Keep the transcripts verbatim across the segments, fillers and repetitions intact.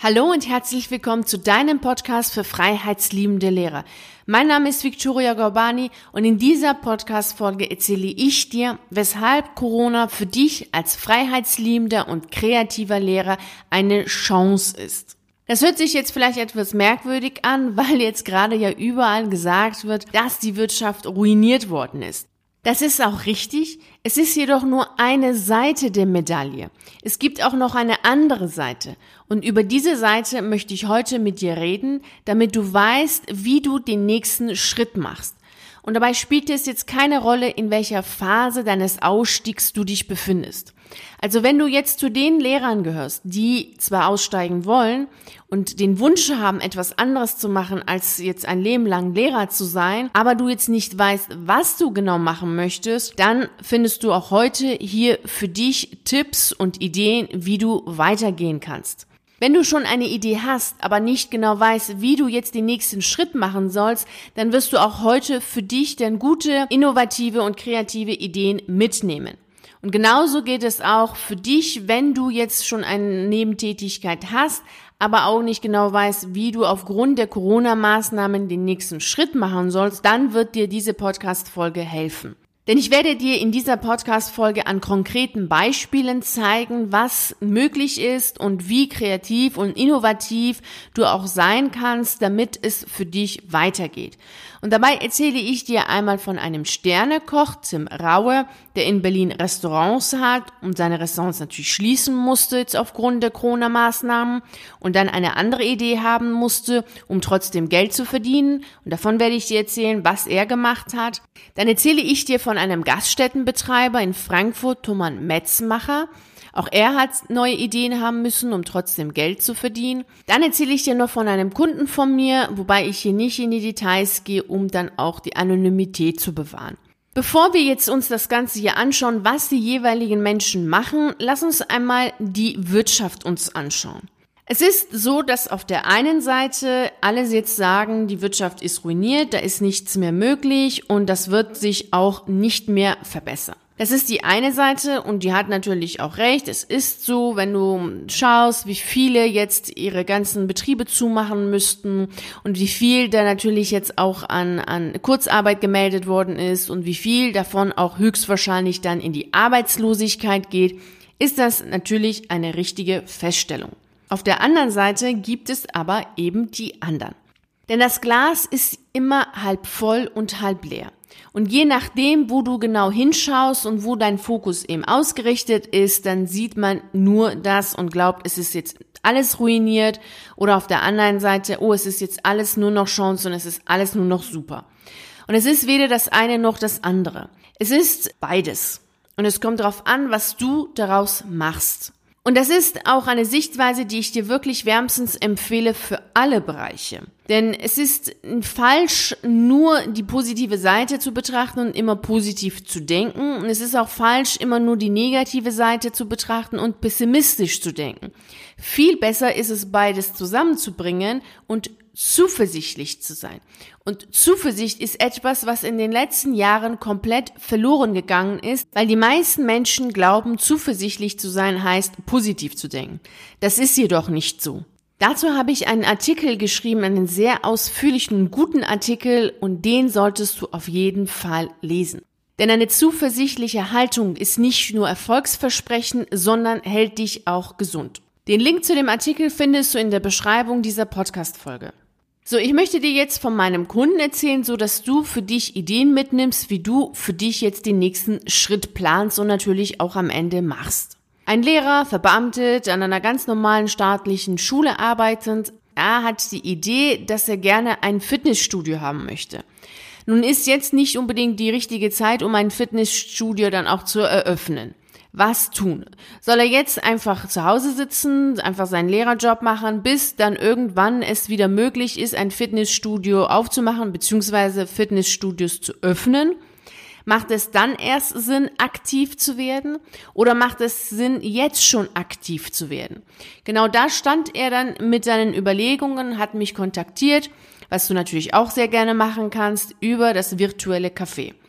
Hallo und herzlich willkommen zu deinem Podcast für freiheitsliebende Lehrer. Mein Name ist Victoria Gorbani und in dieser Podcast-Folge erzähle ich dir, weshalb Corona für dich als freiheitsliebender und kreativer Lehrer eine Chance ist. Das hört sich jetzt vielleicht etwas merkwürdig an, weil jetzt gerade ja überall gesagt wird, dass die Wirtschaft ruiniert worden ist. Das ist auch richtig, es ist jedoch nur eine Seite der Medaille. Es gibt auch noch eine andere Seite und über diese Seite möchte ich heute mit dir reden, damit du weißt, wie du den nächsten Schritt machst. Und dabei spielt es jetzt keine Rolle, in welcher Phase deines Ausstiegs du dich befindest. Also wenn du jetzt zu den Lehrern gehörst, die zwar aussteigen wollen und den Wunsch haben, etwas anderes zu machen, als jetzt ein Leben lang Lehrer zu sein, aber du jetzt nicht weißt, was du genau machen möchtest, dann findest du auch heute hier für dich Tipps und Ideen, wie du weitergehen kannst. Wenn du schon eine Idee hast, aber nicht genau weißt, wie du jetzt den nächsten Schritt machen sollst, dann wirst du auch heute für dich dann gute, innovative und kreative Ideen mitnehmen. Und genauso geht es auch für dich, wenn du jetzt schon eine Nebentätigkeit hast, aber auch nicht genau weißt, wie du aufgrund der Corona-Maßnahmen den nächsten Schritt machen sollst, dann wird dir diese Podcast-Folge helfen. Denn ich werde dir in dieser Podcast-Folge an konkreten Beispielen zeigen, was möglich ist und wie kreativ und innovativ du auch sein kannst, damit es für dich weitergeht. Und dabei erzähle ich dir einmal von einem Sternekoch, Tim Raue, der in Berlin Restaurants hat und seine Restaurants natürlich schließen musste jetzt aufgrund der Corona-Maßnahmen und dann eine andere Idee haben musste, um trotzdem Geld zu verdienen. Und davon werde ich dir erzählen, was er gemacht hat. Dann erzähle ich dir von einem Gaststättenbetreiber in Frankfurt, Thomas Metzmacher. Auch er hat neue Ideen haben müssen, um trotzdem Geld zu verdienen. Dann erzähle ich dir noch von einem Kunden von mir, wobei ich hier nicht in die Details gehe, um dann auch die Anonymität zu bewahren. Bevor wir jetzt uns das Ganze hier anschauen, was die jeweiligen Menschen machen, lass uns einmal die Wirtschaft uns anschauen. Es ist so, dass auf der einen Seite alle jetzt sagen, die Wirtschaft ist ruiniert, da ist nichts mehr möglich und das wird sich auch nicht mehr verbessern. Das ist die eine Seite und die hat natürlich auch recht. Es ist so, wenn du schaust, wie viele jetzt ihre ganzen Betriebe zumachen müssten und wie viel da natürlich jetzt auch an, an Kurzarbeit gemeldet worden ist und wie viel davon auch höchstwahrscheinlich dann in die Arbeitslosigkeit geht, ist das natürlich eine richtige Feststellung. Auf der anderen Seite gibt es aber eben die anderen. Denn das Glas ist immer halb voll und halb leer. Und je nachdem, wo du genau hinschaust und wo dein Fokus eben ausgerichtet ist, dann sieht man nur das und glaubt, es ist jetzt alles ruiniert. Oder auf der anderen Seite, oh, es ist jetzt alles nur noch Chance und es ist alles nur noch super. Und es ist weder das eine noch das andere. Es ist beides. Und es kommt darauf an, was du daraus machst. Und das ist auch eine Sichtweise, die ich dir wirklich wärmstens empfehle für alle Bereiche. Denn es ist falsch, nur die positive Seite zu betrachten und immer positiv zu denken. Und es ist auch falsch, immer nur die negative Seite zu betrachten und pessimistisch zu denken. Viel besser ist es, beides zusammenzubringen und zuversichtlich zu sein. Und Zuversicht ist etwas, was in den letzten Jahren komplett verloren gegangen ist, weil die meisten Menschen glauben, zuversichtlich zu sein heißt, positiv zu denken. Das ist jedoch nicht so. Dazu habe ich einen Artikel geschrieben, einen sehr ausführlichen und guten Artikel und den solltest du auf jeden Fall lesen. Denn eine zuversichtliche Haltung ist nicht nur Erfolgsversprechen, sondern hält dich auch gesund. Den Link zu dem Artikel findest du in der Beschreibung dieser Podcast-Folge. So, ich möchte dir jetzt von meinem Kunden erzählen, so dass du für dich Ideen mitnimmst, wie du für dich jetzt den nächsten Schritt planst und natürlich auch am Ende machst. Ein Lehrer, verbeamtet, an einer ganz normalen staatlichen Schule arbeitend, er hat die Idee, dass er gerne ein Fitnessstudio haben möchte. Nun ist jetzt nicht unbedingt die richtige Zeit, um ein Fitnessstudio dann auch zu eröffnen. Was tun? Soll er jetzt einfach zu Hause sitzen, einfach seinen Lehrerjob machen, bis dann irgendwann es wieder möglich ist, ein Fitnessstudio aufzumachen bzw. Fitnessstudios zu öffnen? Macht es dann erst Sinn, aktiv zu werden? Oder macht es Sinn, jetzt schon aktiv zu werden? Genau da stand er dann mit seinen Überlegungen, hat mich kontaktiert, was du natürlich auch sehr gerne machen kannst, über das virtuelle Café.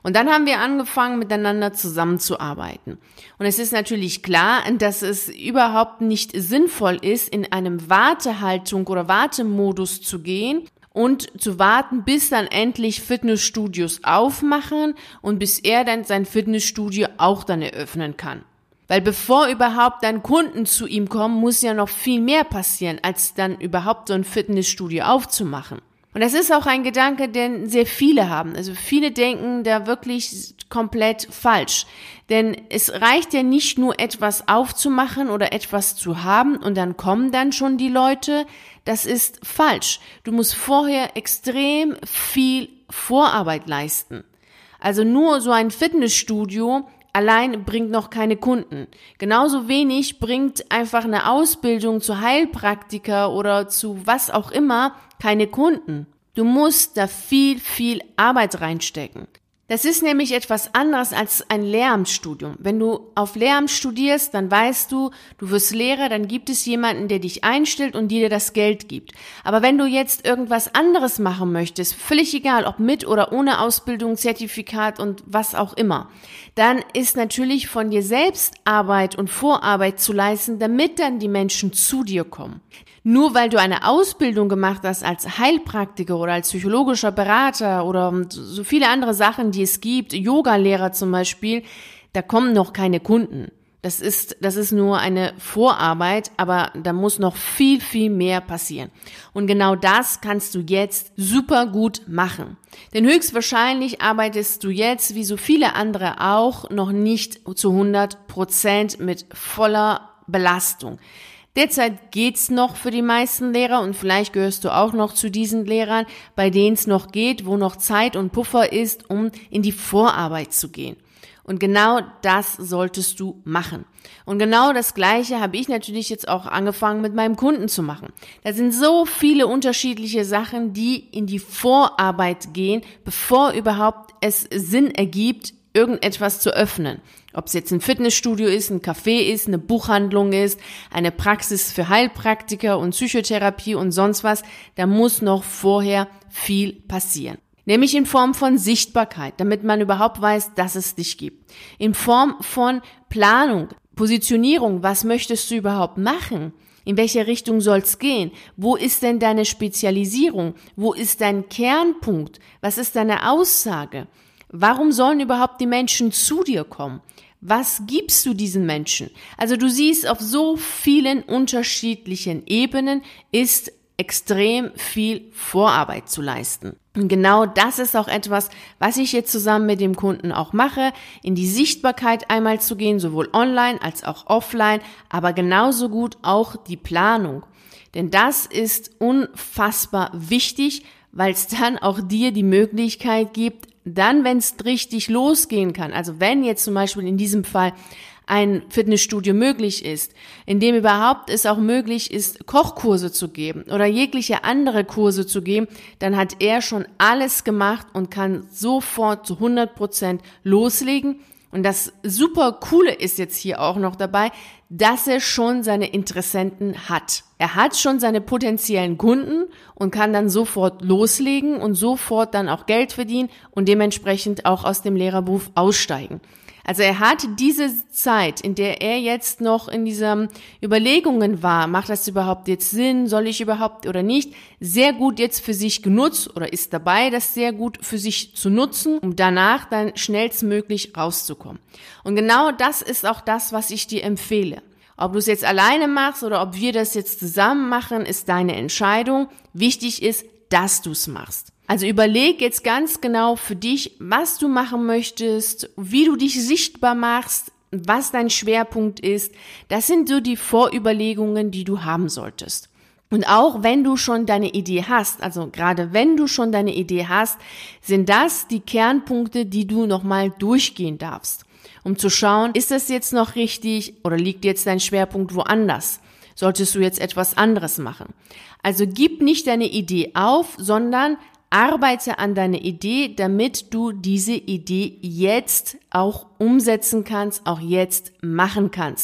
Und dann haben wir angefangen, miteinander zusammenzuarbeiten. Und es ist natürlich klar, dass es überhaupt nicht sinnvoll ist, in einem Wartehaltung oder Wartemodus zu gehen und zu warten, bis dann endlich Fitnessstudios aufmachen und bis er dann sein Fitnessstudio auch dann eröffnen kann. Weil bevor überhaupt dann Kunden zu ihm kommen, muss ja noch viel mehr passieren, als dann überhaupt so ein Fitnessstudio aufzumachen. Und das ist auch ein Gedanke, den sehr viele haben. Also viele denken da wirklich komplett falsch. Denn es reicht ja nicht nur etwas aufzumachen oder etwas zu haben und dann kommen dann schon die Leute. Das ist falsch. Du musst vorher extrem viel Vorarbeit leisten. Also nur so ein Fitnessstudio allein bringt noch keine Kunden. Genauso wenig bringt einfach eine Ausbildung zu Heilpraktiker oder zu was auch immer keine Kunden. Du musst da viel, viel Arbeit reinstecken. Das ist nämlich etwas anderes als ein Lehramtsstudium. Wenn du auf Lehramt studierst, dann weißt du, du wirst Lehrer, dann gibt es jemanden, der dich einstellt und dir das Geld gibt. Aber wenn du jetzt irgendwas anderes machen möchtest, völlig egal, ob mit oder ohne Ausbildung, Zertifikat und was auch immer, dann ist natürlich von dir selbst Arbeit und Vorarbeit zu leisten, damit dann die Menschen zu dir kommen. Nur weil du eine Ausbildung gemacht hast als Heilpraktiker oder als psychologischer Berater oder so viele andere Sachen, die es gibt, Yogalehrer zum Beispiel, da kommen noch keine Kunden. Das ist, das ist nur eine Vorarbeit, aber da muss noch viel, viel mehr passieren. Und genau das kannst du jetzt super gut machen. Denn höchstwahrscheinlich arbeitest du jetzt, wie so viele andere auch, noch nicht zu hundert Prozent mit voller Belastung. Derzeit geht's noch für die meisten Lehrer und vielleicht gehörst du auch noch zu diesen Lehrern, bei denen es noch geht, wo noch Zeit und Puffer ist, um in die Vorarbeit zu gehen. Und genau das solltest du machen. Und genau das Gleiche habe ich natürlich jetzt auch angefangen mit meinem Kunden zu machen. Da sind so viele unterschiedliche Sachen, die in die Vorarbeit gehen, bevor überhaupt es Sinn ergibt, irgendetwas zu öffnen. Ob es jetzt ein Fitnessstudio ist, ein Café ist, eine Buchhandlung ist, eine Praxis für Heilpraktiker und Psychotherapie und sonst was, da muss noch vorher viel passieren. Nämlich in Form von Sichtbarkeit, damit man überhaupt weiß, dass es dich gibt. In Form von Planung, Positionierung, was möchtest du überhaupt machen? In welche Richtung soll's gehen? Wo ist denn deine Spezialisierung? Wo ist dein Kernpunkt? Was ist deine Aussage? Warum sollen überhaupt die Menschen zu dir kommen? Was gibst du diesen Menschen? Also du siehst, auf so vielen unterschiedlichen Ebenen ist extrem viel Vorarbeit zu leisten. Und genau das ist auch etwas, was ich jetzt zusammen mit dem Kunden auch mache, in die Sichtbarkeit einmal zu gehen, sowohl online als auch offline, aber genauso gut auch die Planung. Denn das ist unfassbar wichtig, weil es dann auch dir die Möglichkeit gibt, dann, wenn es richtig losgehen kann, also wenn jetzt zum Beispiel in diesem Fall ein Fitnessstudio möglich ist, in dem überhaupt es auch möglich ist, Kochkurse zu geben oder jegliche andere Kurse zu geben, dann hat er schon alles gemacht und kann sofort zu hundert Prozent loslegen. Und das super Coole ist jetzt hier auch noch dabei, dass er schon seine Interessenten hat. Er hat schon seine potenziellen Kunden und kann dann sofort loslegen und sofort dann auch Geld verdienen und dementsprechend auch aus dem Lehrerberuf aussteigen. Also er hat diese Zeit, in der er jetzt noch in diesen Überlegungen war, macht das überhaupt jetzt Sinn, soll ich überhaupt oder nicht, sehr gut jetzt für sich genutzt oder ist dabei, das sehr gut für sich zu nutzen, um danach dann schnellstmöglich rauszukommen. Und genau das ist auch das, was ich dir empfehle. Ob du es jetzt alleine machst oder ob wir das jetzt zusammen machen, ist deine Entscheidung. Wichtig ist, dass du es machst. Also überleg jetzt ganz genau für dich, was du machen möchtest, wie du dich sichtbar machst, was dein Schwerpunkt ist. Das sind so die Vorüberlegungen, die du haben solltest. Und auch wenn du schon deine Idee hast, also gerade wenn du schon deine Idee hast, sind das die Kernpunkte, die du nochmal durchgehen darfst, um zu schauen, ist das jetzt noch richtig oder liegt jetzt dein Schwerpunkt woanders? Solltest du jetzt etwas anderes machen? Also gib nicht deine Idee auf, sondern arbeite an deiner Idee, damit du diese Idee jetzt auch umsetzen kannst, auch jetzt machen kannst.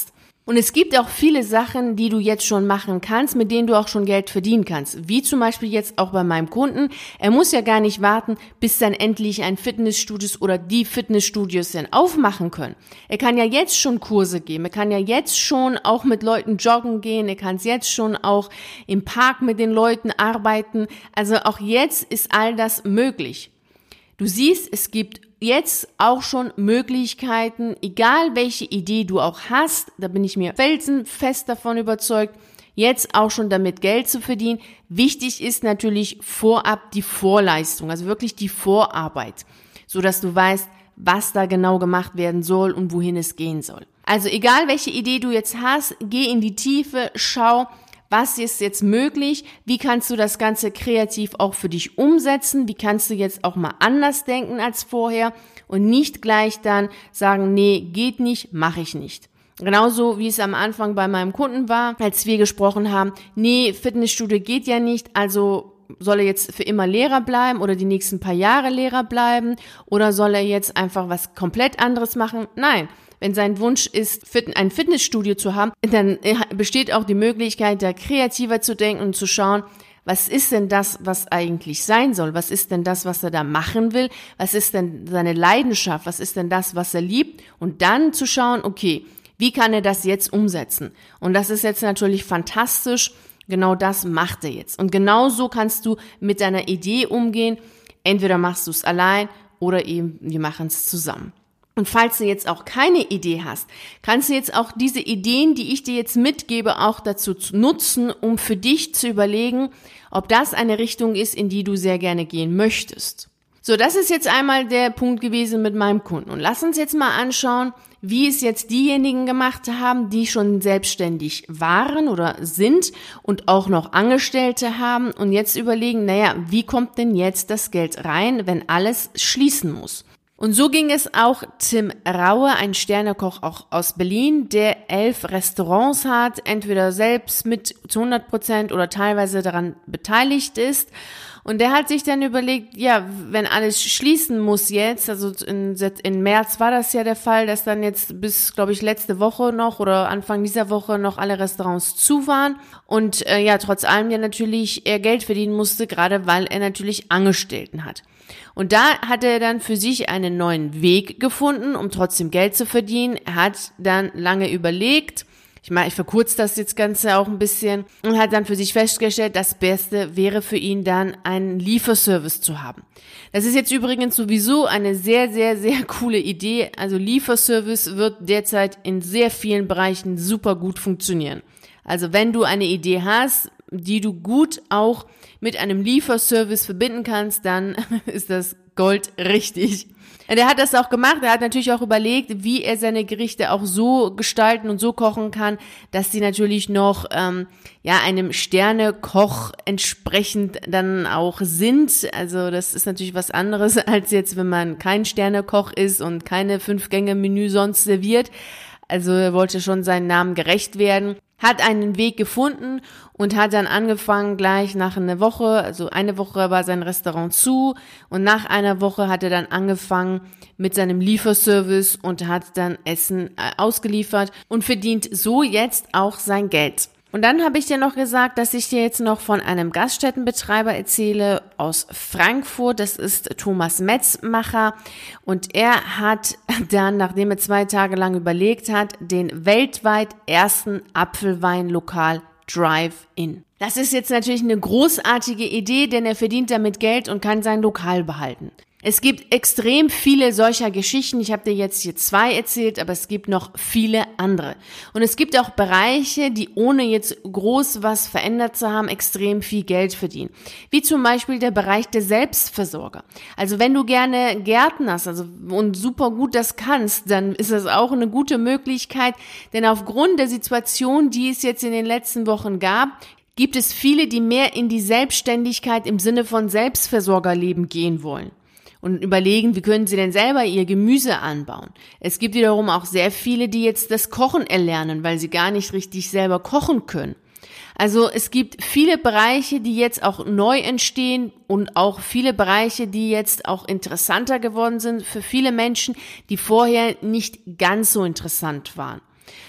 Und es gibt auch viele Sachen, die du jetzt schon machen kannst, mit denen du auch schon Geld verdienen kannst. Wie zum Beispiel jetzt auch bei meinem Kunden. Er muss ja gar nicht warten, bis dann endlich ein Fitnessstudio oder die Fitnessstudios dann aufmachen können. Er kann ja jetzt schon Kurse geben. Er kann ja jetzt schon auch mit Leuten joggen gehen. Er kann jetzt schon auch im Park mit den Leuten arbeiten. Also auch jetzt ist all das möglich. Du siehst, es gibt jetzt auch schon Möglichkeiten, egal welche Idee du auch hast, da bin ich mir felsenfest davon überzeugt, jetzt auch schon damit Geld zu verdienen. Wichtig ist natürlich vorab die Vorleistung, also wirklich die Vorarbeit, so dass du weißt, was da genau gemacht werden soll und wohin es gehen soll. Also egal welche Idee du jetzt hast, geh in die Tiefe, schau, was ist jetzt möglich? Wie kannst du das Ganze kreativ auch für dich umsetzen? Wie kannst du jetzt auch mal anders denken als vorher und nicht gleich dann sagen, nee, geht nicht, mache ich nicht. Genauso wie es am Anfang bei meinem Kunden war, als wir gesprochen haben, nee, Fitnessstudio geht ja nicht, also soll er jetzt für immer Lehrer bleiben oder die nächsten paar Jahre Lehrer bleiben oder soll er jetzt einfach was komplett anderes machen? Nein. Wenn sein Wunsch ist, ein Fitnessstudio zu haben, dann besteht auch die Möglichkeit, da kreativer zu denken und zu schauen, was ist denn das, was eigentlich sein soll? Was ist denn das, was er da machen will? Was ist denn seine Leidenschaft? Was ist denn das, was er liebt? Und dann zu schauen, okay, wie kann er das jetzt umsetzen? Und das ist jetzt natürlich fantastisch. Genau das macht er jetzt. Und genau so kannst du mit deiner Idee umgehen. Entweder machst du es allein oder eben wir machen es zusammen. Und falls du jetzt auch keine Idee hast, kannst du jetzt auch diese Ideen, die ich dir jetzt mitgebe, auch dazu nutzen, um für dich zu überlegen, ob das eine Richtung ist, in die du sehr gerne gehen möchtest. So, das ist jetzt einmal der Punkt gewesen mit meinem Kunden. Und lass uns jetzt mal anschauen, wie es jetzt diejenigen gemacht haben, die schon selbstständig waren oder sind und auch noch Angestellte haben und jetzt überlegen, naja, wie kommt denn jetzt das Geld rein, wenn alles schließen muss? Und so ging es auch Tim Raue, ein Sternekoch auch aus Berlin, der elf Restaurants hat, entweder selbst mit zu hundert Prozent oder teilweise daran beteiligt ist. Und der hat sich dann überlegt, ja, wenn alles schließen muss jetzt, also in, in März war das ja der Fall, dass dann jetzt bis, glaube ich, letzte Woche noch oder Anfang dieser Woche noch alle Restaurants zu waren. Und äh, ja, trotz allem ja natürlich er Geld verdienen musste, gerade weil er natürlich Angestellten hat. Und da hat er dann für sich einen neuen Weg gefunden, um trotzdem Geld zu verdienen. Er hat dann lange überlegt, ich meine, ich verkürze das jetzt Ganze auch ein bisschen, und hat dann für sich festgestellt, das Beste wäre für ihn dann, einen Lieferservice zu haben. Das ist jetzt übrigens sowieso eine sehr, sehr, sehr coole Idee. Also Lieferservice wird derzeit in sehr vielen Bereichen super gut funktionieren. Also wenn du eine Idee hast, die du gut auch mit einem Lieferservice verbinden kannst, dann ist das Gold richtig. Er hat das auch gemacht, er hat natürlich auch überlegt, wie er seine Gerichte auch so gestalten und so kochen kann, dass sie natürlich noch ähm, ja einem Sternekoch entsprechend dann auch sind. Also das ist natürlich was anderes, als jetzt, wenn man kein Sternekoch ist und keine Fünf-Gänge-Menü sonst serviert. Also er wollte schon seinen Namen gerecht werden, hat einen Weg gefunden und hat dann angefangen, gleich nach einer Woche, also eine Woche war sein Restaurant zu und nach einer Woche hat er dann angefangen mit seinem Lieferservice und hat dann Essen ausgeliefert und verdient so jetzt auch sein Geld. Und dann habe ich dir noch gesagt, dass ich dir jetzt noch von einem Gaststättenbetreiber erzähle aus Frankfurt. Das ist Thomas Metzmacher und er hat dann, nachdem er zwei Tage lang überlegt hat, den weltweit ersten Apfelweinlokal Drive-In. Das ist jetzt natürlich eine großartige Idee, denn er verdient damit Geld und kann sein Lokal behalten. Es gibt extrem viele solcher Geschichten. Ich habe dir jetzt hier zwei erzählt, aber es gibt noch viele andere. Und es gibt auch Bereiche, die ohne jetzt groß was verändert zu haben, extrem viel Geld verdienen. Wie zum Beispiel der Bereich der Selbstversorger. Also wenn du gerne Gärtnerst also, und super gut das kannst, dann ist das auch eine gute Möglichkeit. Denn aufgrund der Situation, die es jetzt in den letzten Wochen gab, gibt es viele, die mehr in die Selbstständigkeit im Sinne von Selbstversorgerleben gehen wollen. Und überlegen, wie können sie denn selber ihr Gemüse anbauen. Es gibt wiederum auch sehr viele, die jetzt das Kochen erlernen, weil sie gar nicht richtig selber kochen können. Also es gibt viele Bereiche, die jetzt auch neu entstehen und auch viele Bereiche, die jetzt auch interessanter geworden sind für viele Menschen, die vorher nicht ganz so interessant waren.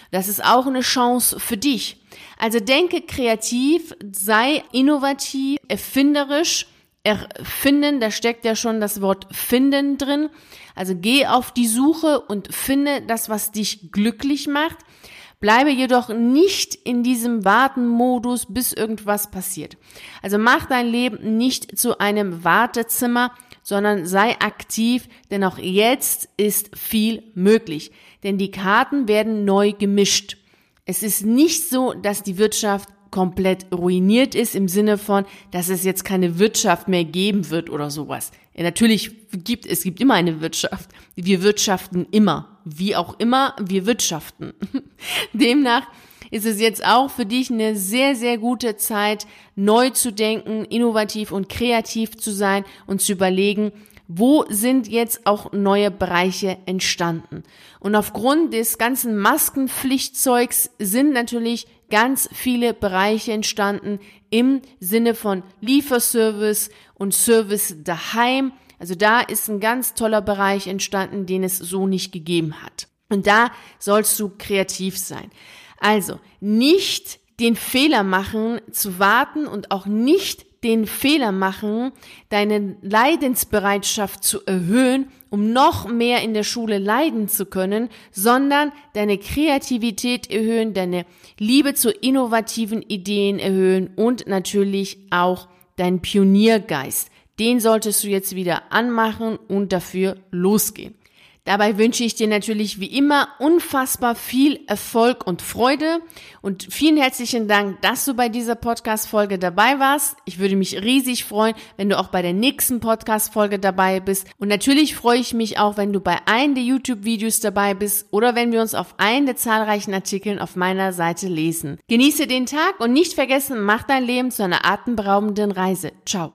Das ist auch eine Chance für dich. Also denke kreativ, sei innovativ, erfinderisch. Erfinden, da steckt ja schon das Wort finden drin. Also geh auf die Suche und finde das, was dich glücklich macht. Bleibe jedoch nicht in diesem Wartenmodus, bis irgendwas passiert. Also mach dein Leben nicht zu einem Wartezimmer, sondern sei aktiv, denn auch jetzt ist viel möglich. Denn die Karten werden neu gemischt. Es ist nicht so, dass die Wirtschaft komplett ruiniert ist im Sinne von, dass es jetzt keine Wirtschaft mehr geben wird oder sowas. Ja, natürlich gibt es gibt immer eine Wirtschaft. Wir wirtschaften immer, wie auch immer wir wirtschaften. Demnach ist es jetzt auch für dich eine sehr, sehr gute Zeit, neu zu denken, innovativ und kreativ zu sein und zu überlegen, wo sind jetzt auch neue Bereiche entstanden? Und aufgrund des ganzen Maskenpflichtzeugs sind natürlich ganz viele Bereiche entstanden im Sinne von Lieferservice und Service daheim. Also da ist ein ganz toller Bereich entstanden, den es so nicht gegeben hat. Und da sollst du kreativ sein. Also nicht den Fehler machen, zu warten und auch nicht den Fehler machen, deine Leidensbereitschaft zu erhöhen, um noch mehr in der Schule leiden zu können, sondern deine Kreativität erhöhen, deine Liebe zu innovativen Ideen erhöhen und natürlich auch deinen Pioniergeist. Den solltest du jetzt wieder anmachen und dafür losgehen. Dabei wünsche ich dir natürlich wie immer unfassbar viel Erfolg und Freude und vielen herzlichen Dank, dass du bei dieser Podcast-Folge dabei warst. Ich würde mich riesig freuen, wenn du auch bei der nächsten Podcast-Folge dabei bist. Und natürlich freue ich mich auch, wenn du bei einem der YouTube-Videos dabei bist oder wenn wir uns auf einen der zahlreichen Artikeln auf meiner Seite lesen. Genieße den Tag und nicht vergessen, mach dein Leben zu einer atemberaubenden Reise. Ciao.